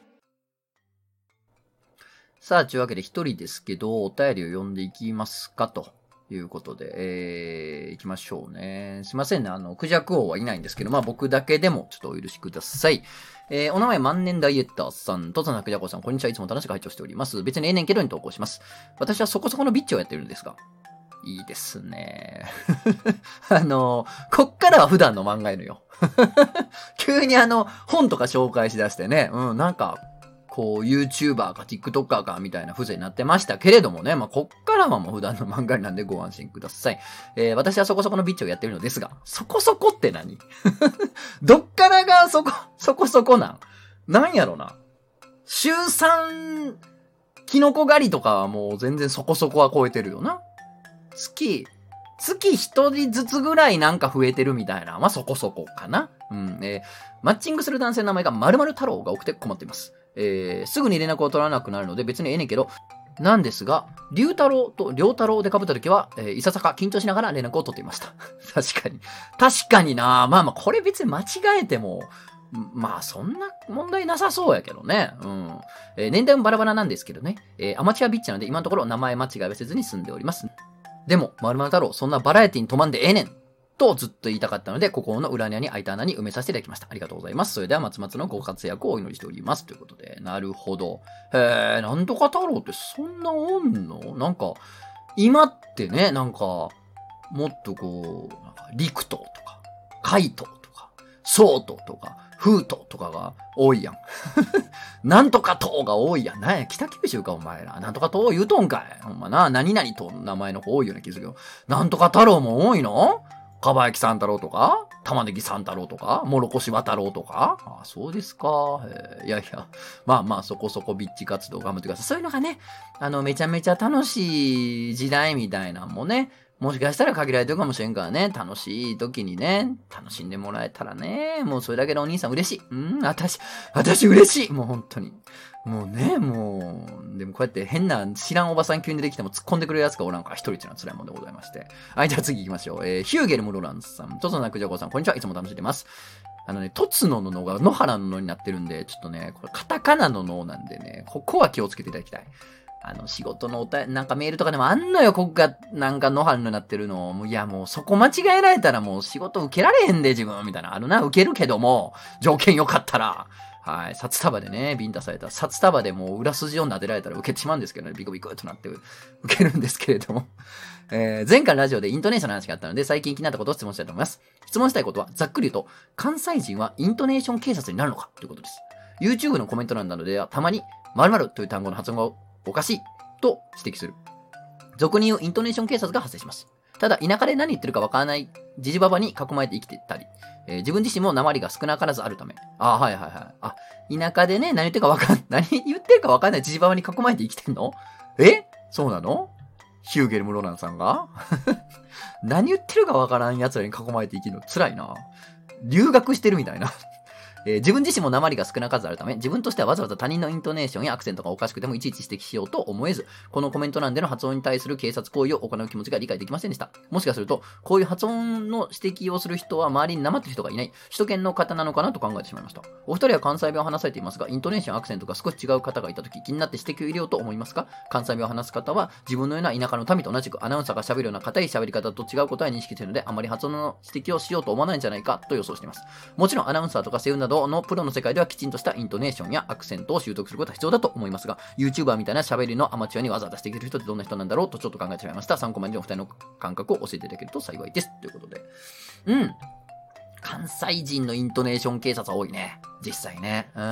さあ、というわけで一人ですけど、お便りを読んでいきますかということで、えー、行きましょうね。すいませんね、あの、クジャク王はいないんですけど、まあ僕だけでもちょっとお許しください。えー、お名前万年ダイエッターさん、とつなくじゃこさん、こんにちは。いつも楽しく拝聴しております。別にええねんけどに投稿します。私はそこそこのビッチをやってるんですが、いいですね。あの、こっからは普段の漫画犬よ。急にあの、本とか紹介しだしてね、うん、なんか、こう、YouTuber か TikToker かみたいな風情になってましたけれどもね、まあ、こっからはもう普段の漫画なんでご安心ください。えー、私はそこそこのビッチをやってるのですが、そこそこって何どっからがそこ、そこそこなんなんやろな。週さん、キノコ狩りとかはもう全然そこそこは超えてるよな。月、月一人ずつぐらいなんか増えてるみたいな。まあ、そこそこかな。うん、えー、マッチングする男性の名前が〇〇太郎が多くて困っています。えー、すぐに連絡を取らなくなるので別にええねんけど、なんですが、龍太郎と良太郎で被った時は、えー、いささか緊張しながら連絡を取っていました。確かに。確かにな。まあまあ、これ別に間違えても、まあ、そんな問題なさそうやけどね。うん。えー、年代もバラバラなんですけどね。えー、アマチュアビッチなので今のところ名前間違いはせずに済んでおります。でも、〇〇太郎、そんなバラエティに止まんでええねんとずっと言いたかったので、心の裏に開いた穴に埋めさせていただきました。ありがとうございます。それでは、松々のご活躍をお祈りしております。ということで、なるほど。へえ、なんとか太郎ってそんなおんの？なんか、今ってね、なんか、もっとこう、なんか陸斗とか、海斗とか、宗斗とか、風斗とかが多いやん。なんとか斗が多いやん。なんや、北九州かお前ら。なんとか斗言うとんかい。ほんまな、何々と名前の子多いような気づくよ。なんとか太郎も多いの？かばやきさん太郎とか玉ねぎさん太郎とかもろこしわ太郎とかああ、そうですか。いやいや。まあまあ、そこそこビッチ活動頑張ってください。そういうのがね、あの、めちゃめちゃ楽しい時代みたいなのもね、もしかしたら限られてるかもしれんからね、楽しい時にね、楽しんでもらえたらね、もうそれだけでお兄さん嬉しい。うん、私、私嬉しい。もう本当に。もうね、もう、でもこうやって変な知らんおばさん急に出てきても突っ込んでくれるやつがおらんから一人っていうのは辛いもんでございまして。はい、じゃあ次行きましょう。えー、ヒューゲルムロランスさん、トツノナクジャコさん、こんにちは。いつも楽しんでます。あのね、トツノののが野原ののになってるんで、ちょっとね、これカタカナののなんでね、ここは気をつけていただきたい。あの、仕事のおた、なんかメールとかでもあんのよ、ここが、なんか野原になってるの。もういや、もうそこ間違えられたらもう仕事受けられへんで、自分、みたいな。あるな、受けるけども、条件良かったら。はい。札束でね、ビンタされた。札束でもう裏筋を撫でられたら受けてしまうんですけどね、ビクビクとなって受けるんですけれども。えー、前回のラジオでイントネーションの話があったので、最近気になったことを質問したいと思います。質問したいことは、ざっくり言うと、関西人はイントネーション警察になるのかということです。YouTube のコメント欄などでは、たまに、〇〇という単語の発音がおかしいと指摘する。俗に言うイントネーション警察が発生します。ただ、田舎で何言ってるかわからないジジババに囲まれて生きてたり、えー、自分自身も訛りが少なからずあるため。あ、はいはいはい。あ、田舎でね、何言ってるかわかん、何言ってるかわかんないジジババに囲まれて生きてんの？え？そうなの？ヒューゲルム・ロランさんが何言ってるかわからん奴らに囲まれて生きるの辛いな。留学してるみたいな。えー、自分自身も訛りが少な数あるため、自分としてはわざわざ他人のイントネーションやアクセントがおかしくてもいちいち指摘しようと思えず、このコメント欄での発音に対する警察行為を行う気持ちが理解できませんでした。もしかすると、こういう発音の指摘をする人は周りに訛ってる人がいない、首都圏の方なのかなと考えてしまいました。お二人は関西弁を話されていますが、イントネーション、アクセントが少し違う方がいたとき、気になって指摘を入れようと思いますか？関西弁を話す方は、自分のような田舎の民と同じくアナウンサーが喋るような硬い喋り方と違うことは認識しているので、あまり発音の指摘をしようと思わないんじゃないかと予想しています。もちろんアナウンサーとか声優などのプロの世界ではきちんとしたイントネーションやアクセントを習得することは必要だと思いますが、YouTuber みたいな喋りのアマチュアにわざわざしてきてる人ってどんな人なんだろうとちょっと考えてしまいました。参考までにお二人の感覚を教えていただけると幸いです。ということで。うん。関西人のイントネーション警察は多いね。実際ね。うん。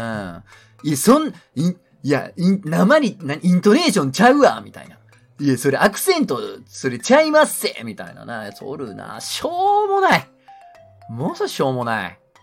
いや、そん、い、いや、い、生に、な、イントネーションちゃうわみたいな。いや、それアクセント、それちゃいまっせみたいななやつおるな。しょうもない。もうさしょうもない。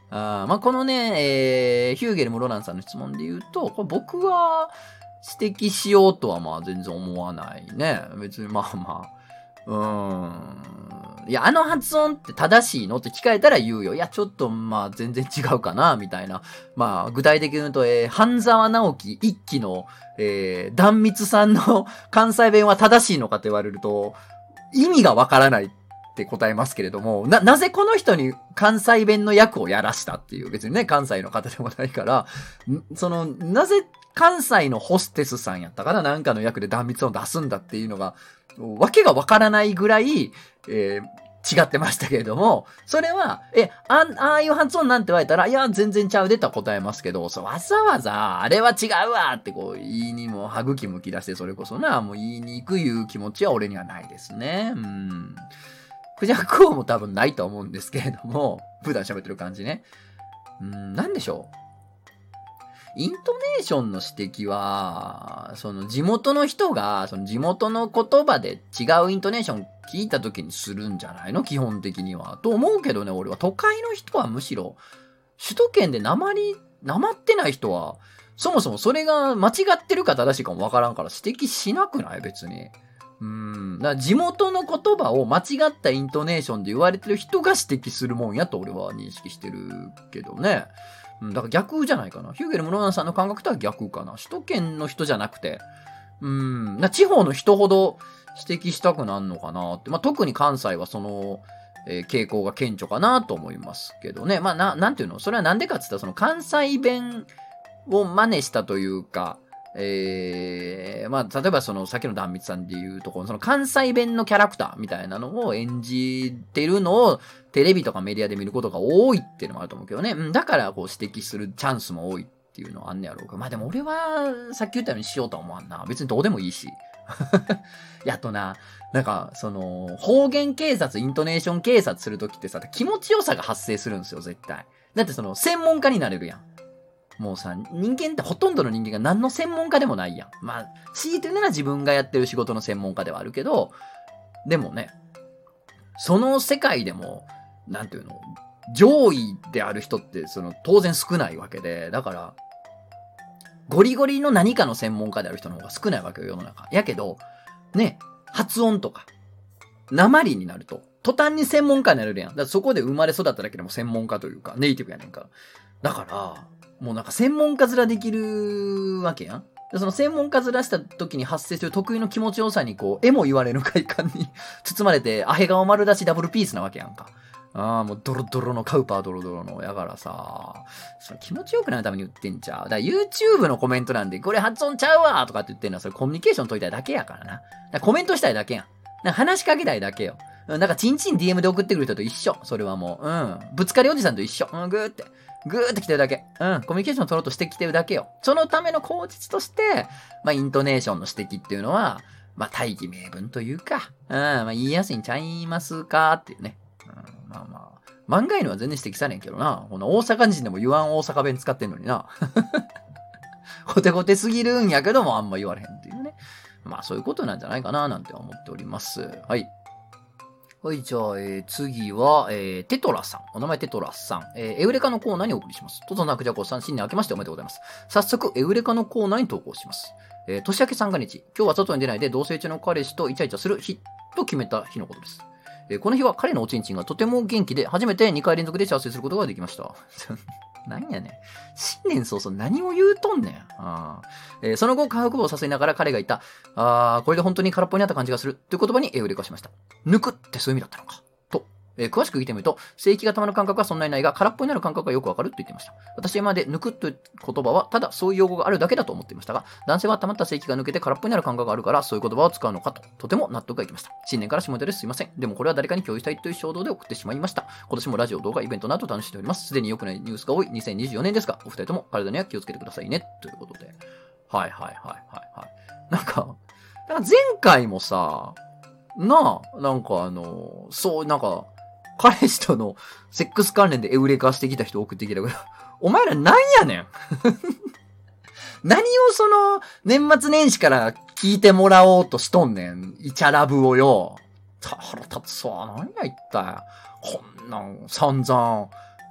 あまあ、このね、えー、ヒューゲルム・ロランさんの質問で言うと、これ僕は指摘しようとはまあ全然思わないね。別にまあまあ。うーん。いや、あの発音って正しいのって聞かれたら言うよ。いや、ちょっとまあ全然違うかな、みたいな。まあ、具体的に言うと、えー、半沢直樹一期の、えー、壇蜜さんの関西弁は正しいのかって言われると、意味がわからないって答えますけれども、な、なぜこの人に関西弁の役をやらしたっていう、別にね、関西の方でもないから、その、なぜ関西のホステスさんやったかな、なんかの役で壇蜜を出すんだっていうのが、わけがわからないぐらい、えー、違ってましたけれども、それは、え、あ、ああいう発音なんて言われたら、いや、全然ちゃうでとは答えますけど、そう、わざわざ、あれは違うわってこう、言いにも歯茎むき出して、それこそな、もう言いに行くいう気持ちは俺にはないですね。うん。クジャク王も多分ないと思うんですけれども、普段喋ってる感じね。うん、なんでしょう。イントネーションの指摘は、その地元の人が、その地元の言葉で違うイントネーション聞いた時にするんじゃないの基本的には。と思うけどね、俺は。都会の人はむしろ、首都圏で訛り、訛ってない人は、そもそもそれが間違ってるか正しいかもわからんから指摘しなくない別に。うーん。だから地元の言葉を間違ったイントネーションで言われてる人が指摘するもんやと俺は認識してるけどね。だから逆じゃないかな。ヒューゲル・ムロナンさんの感覚とは逆かな。首都圏の人じゃなくて、うーん、な地方の人ほど指摘したくなるのかなって。まあ、特に関西はその、えー、傾向が顕著かなと思いますけどね。まあ、な、なんていうのそれはなんでかって言ったら、その関西弁を真似したというか、えー、まあ、例えばその、さっきの壇蜜さんでいうところ、その関西弁のキャラクターみたいなのを演じてるのをテレビとかメディアで見ることが多いっていうのもあると思うけどね。うん、だからこう指摘するチャンスも多いっていうのはあんねやろうか。まあでも俺は、さっき言ったようにしようとは思わんな。別にどうでもいいし。やっとな、なんか、その、方言警察、イントネーション警察するときってさ、気持ちよさが発生するんですよ、絶対。だってその、専門家になれるやん。もうさ、人間ってほとんどの人間が何の専門家でもないやん。まあ、強いて言うなら自分がやってる仕事の専門家ではあるけど、でもね、その世界でも、なんていうの、上位である人って、その、当然少ないわけで、だから、ゴリゴリの何かの専門家である人の方が少ないわけよ、世の中。やけど、ね、発音とか、訛りになると、途端に専門家になれるやん。だからそこで生まれ育っただけでも専門家というか、ネイティブやねんか。だから、もうなんか専門家面できるわけやん。でその専門家面した時に発生する得意の気持ちよさにこう、絵も言われる快感に包まれて、アヘ顔丸出しダブルピースなわけやんか。ああ、もうドロドロのカウパードロドロのやからさ、それ気持ちよくなるために言ってんちゃう。だから YouTube のコメントなんで、これ発音ちゃうわとかって言ってんのは、それコミュニケーション取りたいだけやからな。だからコメントしたいだけやん。なんか話しかけたいだけよ。なんかチンチン ディーエム で送ってくる人と一緒。それはもう。うん。ぶつかりおじさんと一緒。うん、ぐーって。ぐーって来てるだけ。うん。コミュニケーション取ろうとしてきてるだけよ。そのための口実として、まあ、イントネーションの指摘っていうのは、まあ、大義名分というか、うん、まあ、言いやすいんちゃいますかっていうね。うん、まあまあ。漫画犬は全然指摘されんけどな。この大阪人でも言わん大阪弁使ってんのにな。コテコテすぎるんやけどもあんま言われへんっていうね。まあそういうことなんじゃないかななんて思っております。はい。はい、じゃあ、えー、次は、えー、テトラさん。お名前テトラさん。えー、エウレカのコーナーにお送りします。トトナクジャコさん、新年明けましておめでとうございます。早速、エウレカのコーナーに投稿します。えー、年明け三が日。今日は外に出ないで同棲中の彼氏とイチャイチャする日と決めた日のことです。えー、この日は彼のおちんちんがとても元気で、初めてにかい連続で幸せすることができました。何やねん。新年早々何を言うとんねん。あえー、その後、下腹部を誘いながら彼が言った、あー、これで本当に空っぽになった感じがするという言葉にエウレカしました。抜くってそういう意味だったのか。と、えー、詳しく聞いてみると、性器が溜まる感覚はそんなにないが、空っぽになる感覚がよくわかると言っていました。私は今まで抜くという言葉は、ただそういう用語があるだけだと思っていましたが、男性は溜まった性器が抜けて空っぽになる感覚があるから、そういう言葉を使うのかと、とても納得がいきました。新年から下ネタですいません。でもこれは誰かに共有したいという衝動で送ってしまいました。今年もラジオ、動画、イベントなど楽しんでおります。すでに良くないニュースが多いにせんにじゅうよねんですが、お二人とも体には気をつけてくださいね。ということで。はいはいはいはいはい。なんか、なんか前回もさ、なあ、なんかあの、そう、なんか、彼氏とのセックス関連でエウレカしてきた人送ってきたけど、お前らなんやねん何をその、年末年始から聞いてもらおうとしとんねん。イチャラブをよ。腹立つわ。何や言ったや。こんなん散々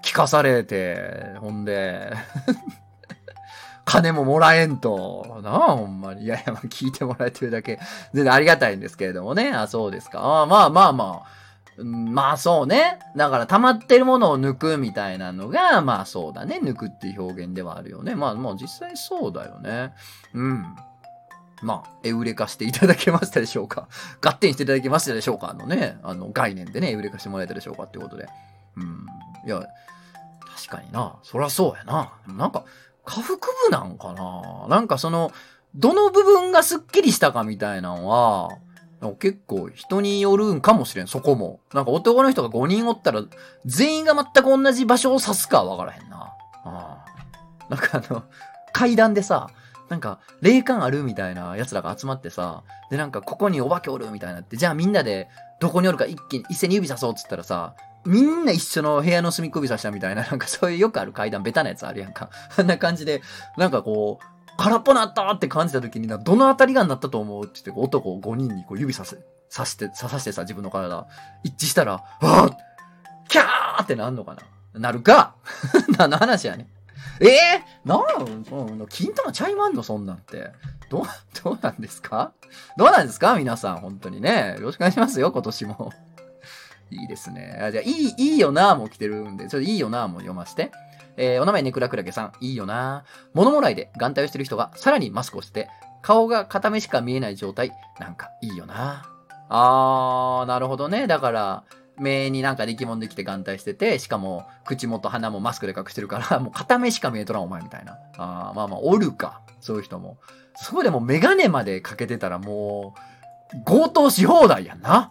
聞かされて、ほんで、金ももらえんと、なあ、ほんまに。いやいや、まあ聞いてもらえてるだけ、全然ありがたいんですけれどもね。あ、そうですか。あまあまあまあ。うん、まあそうね。だから溜まってるものを抜くみたいなのが、まあそうだね。抜くっていう表現ではあるよね。まあまあ実際そうだよね。うん。まあ、エウレカしていただけましたでしょうか。合点していただけましたでしょうか。あのね、あの概念でね、エウレカしてもらえたでしょうかっていうことで。うん。いや、確かにな。そりゃそうやな。なんか、下腹部なんかな。なんかその、どの部分がスッキリしたかみたいなのは、結構人によるんかもしれん、そこも。なんか男の人がごにんおったら、全員が全く同じ場所を指すかはわからへんな。ああ。なんかあの、階段でさ、なんか、霊感あるみたいな奴らが集まってさ、でなんかここにお化けおるみたいなって、じゃあみんなでどこにおるか一気に一斉に指さそうっつったらさ、みんな一緒の部屋の隅っこ指さしたみたいな、なんかそういうよくある階段ベタなやつあるやんか。あんな感じで、なんかこう、空っぽなったって感じた時にな、どのあたりがなったと思うって言って、男ごにんにこう指させ、刺して、刺さしてさ、自分の体、一致したら、ああキャーってなんのかななるか何の話やね。ええー、なん、金玉ちゃいまんのそんなんて。どう、どうなんですかどうなんですか皆さん、本当にね。よろしくお願いしますよ、今年も。いいですね。あじゃあ、いい、いいよなーも来てるんで、ちょっといいよなーも読ませて。えー、お名前ねくらくらげさん、いいよな物もらいで眼帯をしてる人がさらにマスクをして、顔が片目しか見えない状態、なんかいいよなあー、なるほどね。だから、目になんか力もんできて眼帯してて、しかも口元鼻もマスクで隠してるから、もう片目しか見えとらんお前みたいな。あー、まあまあ、おるか。そういう人も。そこでもうメガネまでかけてたらもう、強盗し放題やんな。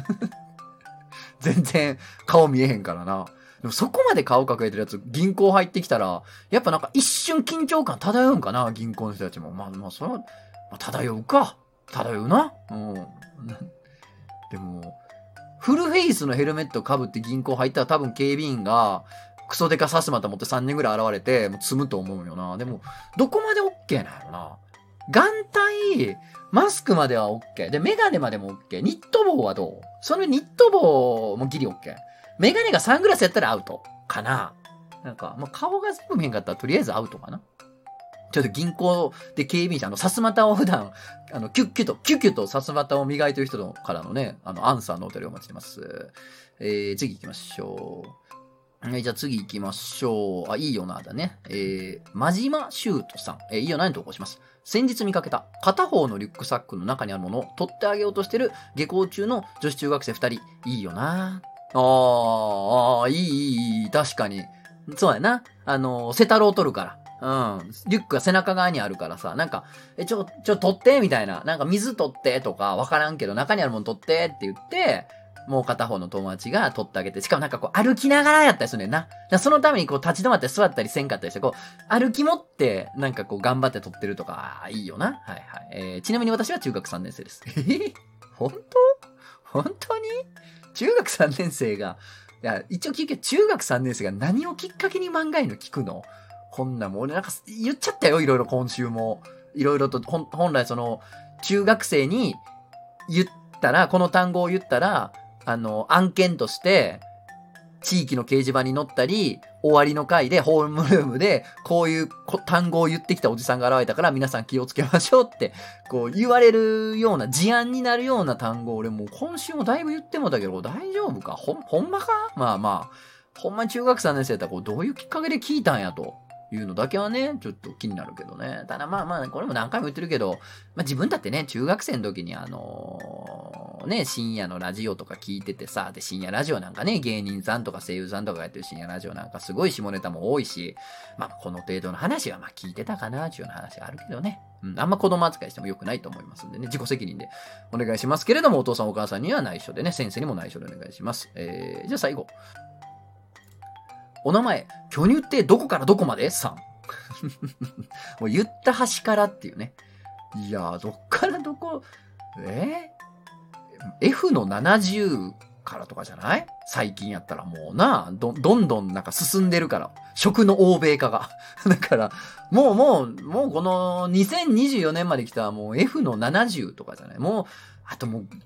全然顔見えへんからな。でもそこまで顔かけてるやつ、銀行入ってきたら、やっぱなんか一瞬緊張感漂うんかな、銀行の人たちも。まあまあ、それは、まあ、漂うか。漂うな。うん。でも、フルフェイスのヘルメット被って銀行入ったら多分警備員が、クソデカ刺すまた持ってさんにんぐらい現れて、もう積むと思うよな。でも、どこまで OK なのな。眼帯、マスクまでは OK。で、メガネまでも OK。ニット帽はどう？そのニット帽もギリ OK。メガネがサングラスやったらアウトかな。なんか、まあ、顔が全部見えんかったらとりあえずアウトかな。ちょっと銀行で警備員さん、あの、さすまたを普段、あの、キュッキュと、キュッキュとさすまたを磨いてる人からのね、あの、アンサーのお便りをお待ちしてます。えー、次行きましょう。えー、じゃあ次行きましょう。あ、いいよな、だね。えー、まじましゅうとさん。えー、いいよなに投稿します。先日見かけた片方のリュックサックの中にあるものを取ってあげようとしてる下校中の女子中学生ふたり。いいよな。あー、あー、いい、いい、いい、確かに。そうやな。あの、セタロを取るから。うん。リュックが背中側にあるからさ、なんか、え、ちょ、ちょ、取ってみたいな。なんか水取ってとかわからんけど、中にあるもの取ってって言って、もう片方の友達が取ってあげて、しかもなんかこう歩きながらやったりするねんな。だからそのためにこう立ち止まって座ったりせんかったりして、こう歩き持ってなんかこう頑張って取ってるとか、いいよな。はいはい。えー、ちなみに私は中学さんねん生です。えー、本当？本当に？中学さんねん生が、いや、一応聞くけど中学さんねん生が何をきっかけに漫画の聞くの？こんなもん俺なんか言っちゃったよ、いろいろ今週も。いろいろと、ほん、本来その、中学生に言ったら、この単語を言ったら、あの、案件として、地域の掲示板に載ったり、終わりの回で、ホームルームで、こういう単語を言ってきたおじさんが現れたから、皆さん気をつけましょうって、こう言われるような、事案になるような単語を俺もう今週もだいぶ言ってもだけど、大丈夫かほん、ほんまかまあまあ、ほんまに中学さんねん生だったら、こう、どういうきっかけで聞いたんやと。いうのだけはね、ちょっと気になるけどね。ただまあまあ、これも何回も言ってるけど、まあ自分だってね、中学生の時にあのー、ね、深夜のラジオとか聞いててさ、で、深夜ラジオなんかね、芸人さんとか声優さんとかやってる深夜ラジオなんかすごい下ネタも多いし、まあこの程度の話はまあ聞いてたかな、っていうような話はあるけどね。うん、あんま子供扱いしても良くないと思いますんでね、自己責任でお願いしますけれども、お父さんお母さんには内緒でね、先生にも内緒でお願いします。えー、じゃあ最後。お名前、巨乳ってどこからどこまでさん。もう言った端からっていうね。いやー、どっからどこ、えー、F のななじゅうからとかじゃない？最近やったらもうな、ど、どんどんなんか進んでるから。食の欧米化が。だから、もうもう、もうこのにせんにじゅうよねんまで来たらもう F のななじゅうとかじゃない？もう、あともう、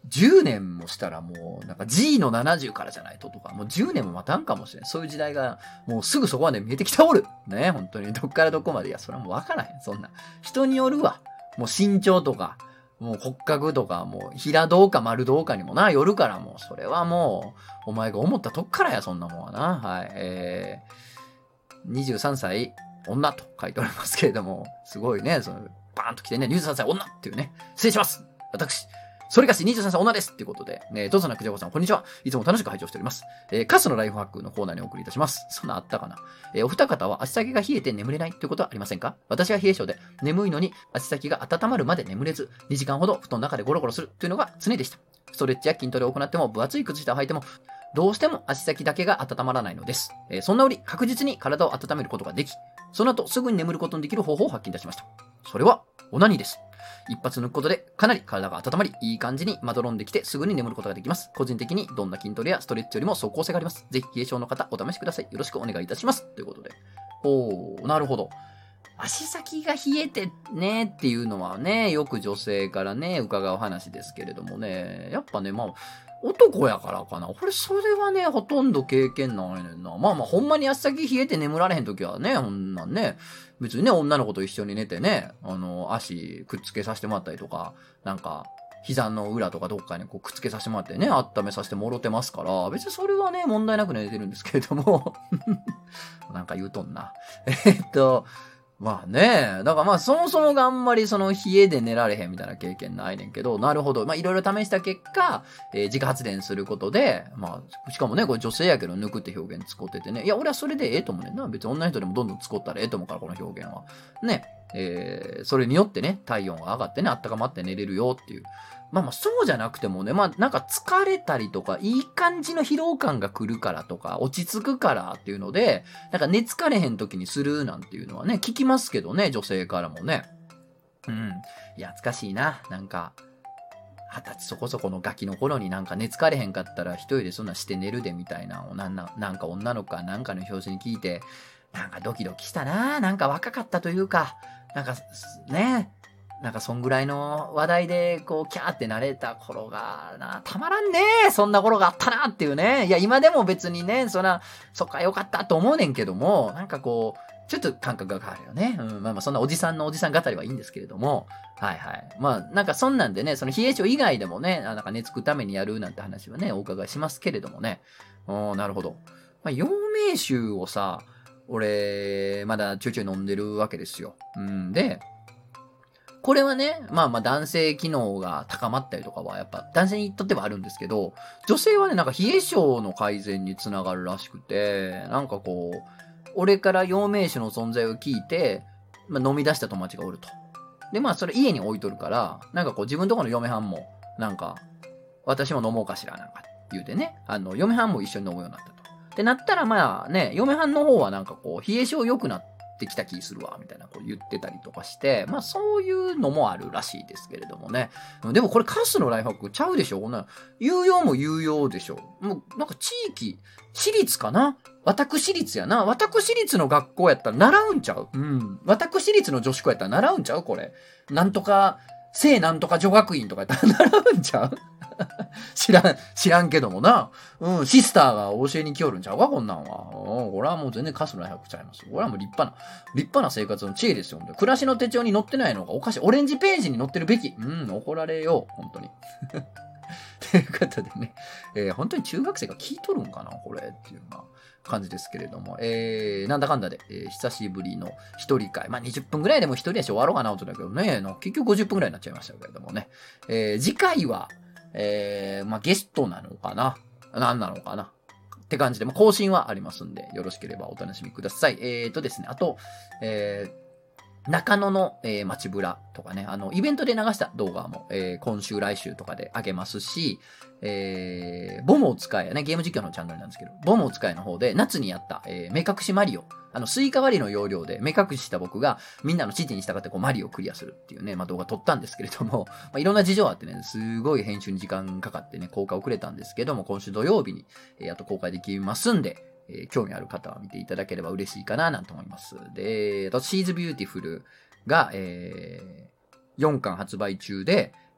じゅうねんもしたらもう、なんか ジー のななじゅうからじゃないととか、もうじゅうねんも待たんかもしれん。そういう時代が、もうすぐそこまで見えてきておる。ね、本当に。どっからどこまで。いや、それはもうわからへん。そんな。人によるわ。もう身長とか、もう骨格とか、もう平どうか丸どうかにもな、よるからもう、それはもう、お前が思ったとこからや、そんなもんはな。はい。えー、にじゅうさんさい、女と書いておりますけれども、すごいね、その、バーンと来てね、にじゅうさんさい女っていうね、失礼します。私。それがしにじゅうさんさい女ですっていうことで、ね、とつなくじゃこさん、こんにちは。いつも楽しく拝聴しております。えー、カスのライフハックのコーナーにお送りいたします。そんなあったかな。えー、お二方は足先が冷えて眠れないってことはありませんか？私は冷え性で、眠いのに足先が温まるまで眠れず、にじかんほど布団の中でゴロゴロするというのが常でした。ストレッチや筋トレを行っても、分厚い靴下を履いても、どうしても足先だけが温まらないのです。えー、そんな折、確実に体を温めることができ、その後すぐに眠ることのできる方法を発見いたしました。それは、オナニーです。一発抜くことでかなり体が温まり、いい感じにまどろんできてすぐに眠ることができます。個人的にどんな筋トレやストレッチよりも即効性があります。ぜひ冷え性の方お試しください。よろしくお願いいたします。ということで。おー、なるほど。足先が冷えてねっていうのはね、よく女性からね、伺う話ですけれどもね、やっぱね、まあ、男やからかな。これ、それはね、ほとんど経験ないねんな。まあまあ、ほんまに足先冷えて眠られへんときはね、ほんなんね、別にね、女の子と一緒に寝てね、あの、足くっつけさせてもらったりとか、なんか、膝の裏とかどっかにこうくっつけさせてもらってね、温めさせてもろてますから、別にそれはね、問題なく寝てるんですけれども、なんか言うとんな。えっと、まあね、だからまあそもそもがあんまりその冷えで寝られへんみたいな経験ないねんけど、なるほど。まあいろいろ試した結果、えー、自家発電することで、まあ、しかもね、これ女性やけど抜くって表現使っててね、いや俺はそれでええと思うねんな。別に女の人でもどんどん使ったらええと思うから、この表現は。ね、えー、それによってね、体温が上がってね、温かまって寝れるよっていう。まあまあそうじゃなくてもね、まあなんか疲れたりとか、いい感じの疲労感が来るからとか、落ち着くからっていうので、なんか寝疲れへん時にするなんていうのはね、聞きますけどね、女性からもね。うん。いや、懐かしいな。なんか、二十歳そこそこのガキの頃になんか寝疲れへんかったら一人でそんなして寝るでみたいな、なんな、なんか女の子かなんかの表紙に聞いて、なんかドキドキしたな。なんか若かったというか、なんか、ね、なんかそんぐらいの話題でこうキャーってなれた頃がな、たまらんね。そんな頃があったなっていうね。いや今でも別にね、そんな、そっかよかったと思うねんけども、なんかこう、ちょっと感覚が変わるよね。うん、まあまあそんなおじさんのおじさん語りはいいんですけれども、はいはい。まあなんかそんなんでね、その冷え性以外でもね、なんか寝つくためにやるなんて話はね、お伺いしますけれどもね。おなるほど。まあ陽明酒をさ、俺、まだちょいちょい飲んでるわけですよ。うん、で、これはね、まあまあ男性機能が高まったりとかはやっぱ男性にとってはあるんですけど、女性はね、なんか冷え性の改善につながるらしくて、なんかこう、俺から陽明酒の存在を聞いて、まあ飲み出した友達がおると。で、まあそれ家に置いとるから、なんかこう自分とこの嫁はんも、なんか、私も飲もうかしらなんか言うてね、あの、嫁はんも一緒に飲むようになったと。ってなったらまあね、嫁はんの方はなんかこう、冷え性良くなって、できた気するわみたいなこう言ってたりとかして、まあそういうのもあるらしいですけれどもね。でもこれカスのライフハックちゃうでしょ。こんな有用も有用でしょ。もうなんか地域私立かな。私立やな。私立の学校やったら習うんちゃう。うん。私立の女子校やったら習うんちゃうこれ。なんとか聖なんとか女学院とかやったら習うんちゃう。知らん、知らんけどもな。うん、シスターが教えに来よるんちゃうか、こんなんは。うん、これはもう全然カスのライフハックちゃいますよ。これはもう立派な、立派な生活の知恵ですよ。暮らしの手帳に載ってないのがおかしい。オレンジページに載ってるべき。うん、怒られよう。本当に。ということでね、えー、本当に中学生が聞いとるんかな、これっていうような感じですけれども、えー、なんだかんだで、えー、久しぶりの一人会。まあ、にじゅっぷんぐらいでも一人やし終わろうかなとだけどね、の結局ごじゅっぷんぐらいになっちゃいましたけれどもね。えー、次回は、えー、まあ、ゲストなのかな何なのかなって感じで、まあ、更新はありますんで、よろしければお楽しみください。えーとですね、あと、えー、中野の、えー、街ぶらとかね、あの、イベントで流した動画も、えー、今週来週とかで上げますし、えー、ボムを使え、ね、ゲーム実況のチャンネルなんですけど、ボムを使えの方で夏にやった、えー、目隠しマリオ、あの、スイカ割りの要領で目隠しした僕がみんなの指示に従ってこうマリオをクリアするっていうね、まあ、動画撮ったんですけれども、まあ、いろんな事情あってね、すごい編集に時間かかってね、公開遅れたんですけども、今週土曜日に、えー、やっと公開できますんで、えー、興味ある方は見ていただければ嬉しいかななんて思います。で、シーズビューティフルが、えー、よんかん発売中で、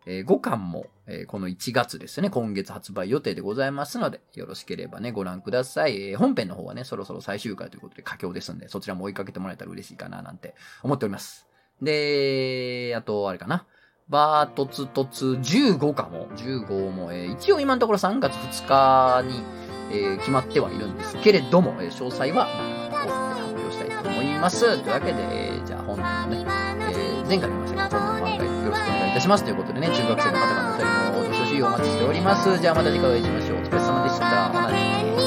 えー、ごかんも、えー、このいちがつですね、今月発売予定でございますので、よろしければね、ご覧ください。えー、本編の方はね、そろそろ最終回ということで佳境ですんで、そちらも追いかけてもらえたら嬉しいかな、なんて思っております。で、あと、あれかな。バートツトツじゅうごかも、じゅうごも、えー、一応今のところさんがつふつかに、えー、決まってはいるんですけれども、えー、詳細は、発表したいと思います。というわけで、えー、じゃあ本年のね、えー、前回も言いましたけど、本年の番外よろしくお願いいたします。ということでね、中学生の方々のお二人もどしどしお待ちしております。じゃあまた次回お会いしましょう。お疲れ様でした。ほなね。